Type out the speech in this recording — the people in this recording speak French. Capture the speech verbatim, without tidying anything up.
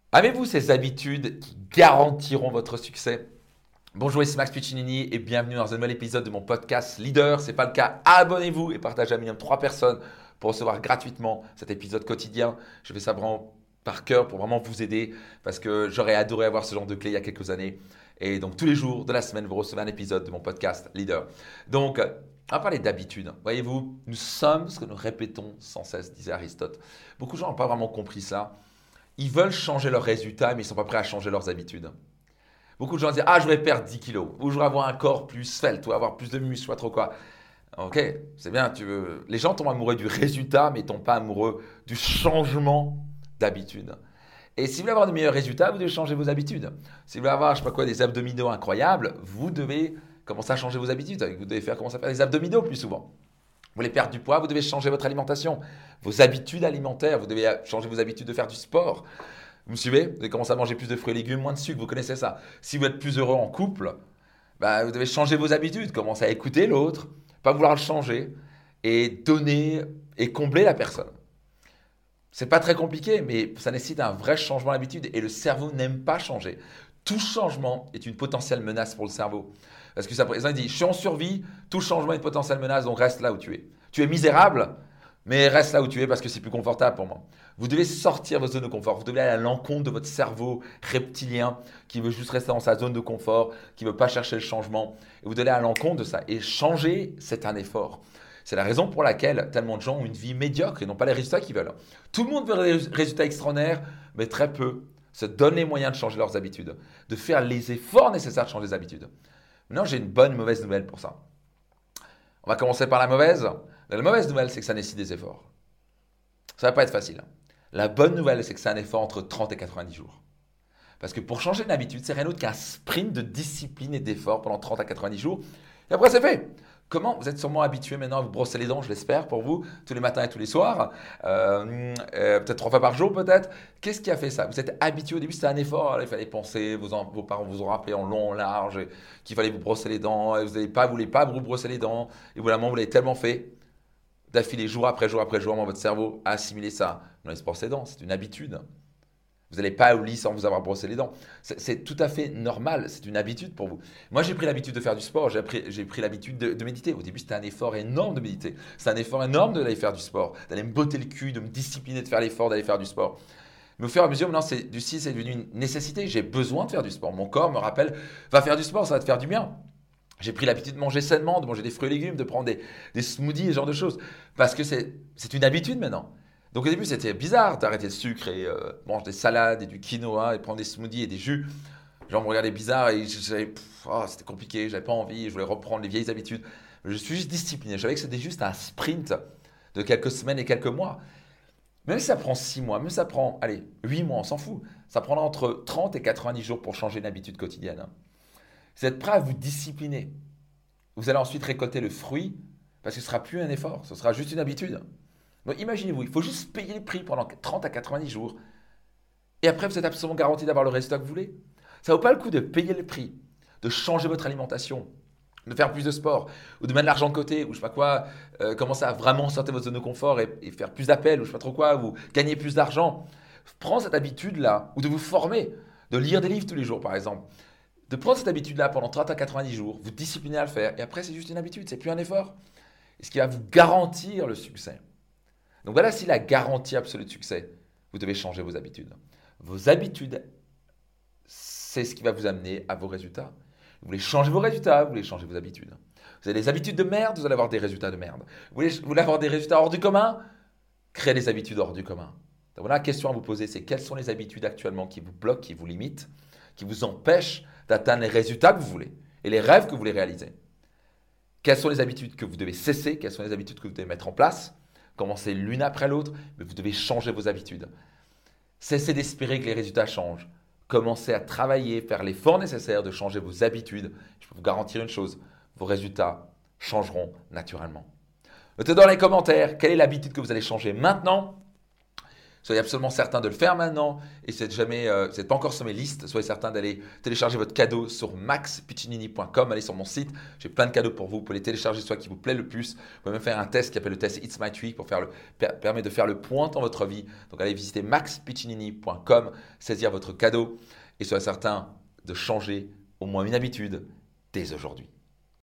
Avez-vous ces habitudes qui garantiront votre succès? Bonjour, ici Max Piccinini et bienvenue dans un nouvel épisode de mon podcast Leader. Si ce n'est pas le cas, abonnez-vous et partagez à un minimum trois personnes pour recevoir gratuitement cet épisode quotidien. Je fais ça vraiment par cœur pour vraiment vous aider parce que j'aurais adoré avoir ce genre de clé il y a quelques années. Et donc tous les jours de la semaine, vous recevez un épisode de mon podcast Leader. Donc, on va parler d'habitude. Voyez-vous, nous sommes ce que nous répétons sans cesse, disait Aristote. Beaucoup de gens n'ont pas vraiment compris ça. Ils veulent changer leurs résultats, mais ils ne sont pas prêts à changer leurs habitudes. Beaucoup de gens disent: Ah, je voudrais perdre dix kilos, ou je voudrais avoir un corps plus svelte, ou avoir plus de muscles, je sais pas trop quoi. Ok, c'est bien, tu veux. Les gens tombent amoureux du résultat, mais ils ne tombent pas amoureux du changement d'habitude. Et si vous voulez avoir de meilleurs résultats, vous devez changer vos habitudes. Si vous voulez avoir, je sais pas quoi, des abdominaux incroyables, vous devez commencer à changer vos habitudes. Vous devez faire commencer à faire des abdominaux plus souvent. Vous voulez perdre du poids, vous devez changer votre alimentation, vos habitudes alimentaires, vous devez changer vos habitudes de faire du sport. Vous me suivez? Vous devez commencer à manger plus de fruits et légumes, moins de sucre, vous connaissez ça. Si vous êtes plus heureux en couple, bah, vous devez changer vos habitudes, commencer à écouter l'autre, pas vouloir le changer et donner et combler la personne. C'est pas très compliqué, mais ça nécessite un vrai changement d'habitude et le cerveau n'aime pas changer. Tout changement est une potentielle menace pour le cerveau. Parce que ça, par exemple, il dit: je suis en survie, tout changement est une potentielle menace, donc reste là où tu es. Tu es misérable, mais reste là où tu es parce que c'est plus confortable pour moi. Vous devez sortir de votre zone de confort. Vous devez aller à l'encontre de votre cerveau reptilien qui veut juste rester dans sa zone de confort, qui ne veut pas chercher le changement. Et vous devez aller à l'encontre de ça. Et changer, c'est un effort. C'est la raison pour laquelle tellement de gens ont une vie médiocre et n'ont pas les résultats qu'ils veulent. Tout le monde veut des résultats extraordinaires, mais très peu se donnent les moyens de changer leurs habitudes, de faire les efforts nécessaires de changer les habitudes. Maintenant, j'ai une bonne et une mauvaise nouvelle pour ça. On va commencer par la mauvaise. La mauvaise nouvelle, c'est que ça nécessite des efforts. Ça ne va pas être facile. La bonne nouvelle, c'est que c'est un effort entre trente et quatre-vingt-dix jours. Parce que pour changer une habitude, c'est rien d'autre qu'un sprint de discipline et d'effort pendant trente à quatre-vingt-dix jours. Et après, c'est fait. Comment? Vous êtes sûrement habitué maintenant à vous brosser les dents, je l'espère pour vous, tous les matins et tous les soirs, euh, euh, peut-être trois fois par jour peut-être. Qu'est-ce qui a fait ça? Vous êtes habitué, au début c'était un effort, alors il fallait penser, vos, en- vos parents vous ont rappelé en long, en large, et qu'il fallait vous brosser les dents, et vous ne pas, voulez pas vous brosser les dents, et vous, vous l'avez tellement fait, d'affilée jour après jour après jour, votre cerveau a assimilé ça. Non, il se brosse les dents, c'est une habitude. Vous n'allez pas au lit sans vous avoir brossé les dents. C'est, c'est tout à fait normal, c'est une habitude pour vous. Moi, j'ai pris l'habitude de faire du sport, j'ai pris, j'ai pris l'habitude de, de méditer. Au début, c'était un effort énorme de méditer. C'est un effort énorme d'aller faire du sport, d'aller me botter le cul, de me discipliner, de faire l'effort d'aller faire du sport. Mais au fur et à mesure, maintenant, c'est, du si, c'est devenu une nécessité. J'ai besoin de faire du sport. Mon corps me rappelle: va faire du sport, ça va te faire du bien. J'ai pris l'habitude de manger sainement, de manger des fruits et légumes, de prendre des, des smoothies, ce genre de choses. Parce que c'est, c'est une habitude maintenant. Donc au début, c'était bizarre d'arrêter le sucre et euh, manger des salades et du quinoa et prendre des smoothies et des jus. Les gens me regardaient bizarre et je- j'avais- pff, oh, c'était compliqué, j'avais pas envie, je voulais reprendre les vieilles habitudes. Je suis juste discipliné. Je savais que c'était juste un sprint de quelques semaines et quelques mois. Même si ça prend six mois, même si ça prend, allez, huit mois, on s'en fout. Ça prendra entre trente et quatre-vingt-dix jours pour changer une habitude quotidienne, hein. Vous êtes prêt à vous discipliner. Vous allez ensuite récolter le fruit parce que ce ne sera plus un effort, ce sera juste une habitude. Donc imaginez-vous, il faut juste payer le prix pendant trente à quatre-vingt-dix jours et après vous êtes absolument garanti d'avoir le résultat que vous voulez. Ça ne vaut pas le coup de payer le prix, de changer votre alimentation, de faire plus de sport, ou de mettre de l'argent de côté, ou je sais pas quoi, euh, commencer à vraiment sortir de votre zone de confort et, et faire plus d'appels, ou je sais pas trop quoi, ou gagner plus d'argent. Prends cette habitude-là, ou de vous former, de lire des livres tous les jours par exemple, de prendre cette habitude-là pendant trente à quatre-vingt-dix jours, vous discipliner à le faire, et après c'est juste une habitude, c'est plus un effort. Et ce qui va vous garantir le succès. Donc voilà, si la garantie absolue de succès, vous devez changer vos habitudes. Vos habitudes, c'est ce qui va vous amener à vos résultats. Vous voulez changer vos résultats, vous voulez changer vos habitudes. Vous avez des habitudes de merde, vous allez avoir des résultats de merde. Vous voulez, vous voulez avoir des résultats hors du commun? Créez des habitudes hors du commun. Donc voilà, la question à vous poser, c'est: quelles sont les habitudes actuellement qui vous bloquent, qui vous limitent, qui vous empêchent d'atteindre les résultats que vous voulez et les rêves que vous voulez réaliser? Quelles sont les habitudes que vous devez cesser? Quelles sont les habitudes que vous devez mettre en place? Commencez l'une après l'autre, mais vous devez changer vos habitudes. Cessez d'espérer que les résultats changent. Commencez à travailler, faire l'effort nécessaire de changer vos habitudes. Je peux vous garantir une chose: vos résultats changeront naturellement. Notez dans les commentaires quelle est l'habitude que vous allez changer maintenant. Soyez absolument certain de le faire maintenant. Et si vous n'êtes jamais, euh, vous n'êtes pas encore sur mes listes, soyez certain d'aller télécharger votre cadeau sur max piccinini point com. Allez sur mon site, j'ai plein de cadeaux pour vous. Vous pouvez les télécharger soit qui vous plaît le plus. Vous pouvez même faire un test qui s'appelle le test It's My Tweak pour faire le, per, permet de faire le point dans votre vie. Donc allez visiter max piccinini point com, saisir votre cadeau et soyez certain de changer au moins une habitude dès aujourd'hui.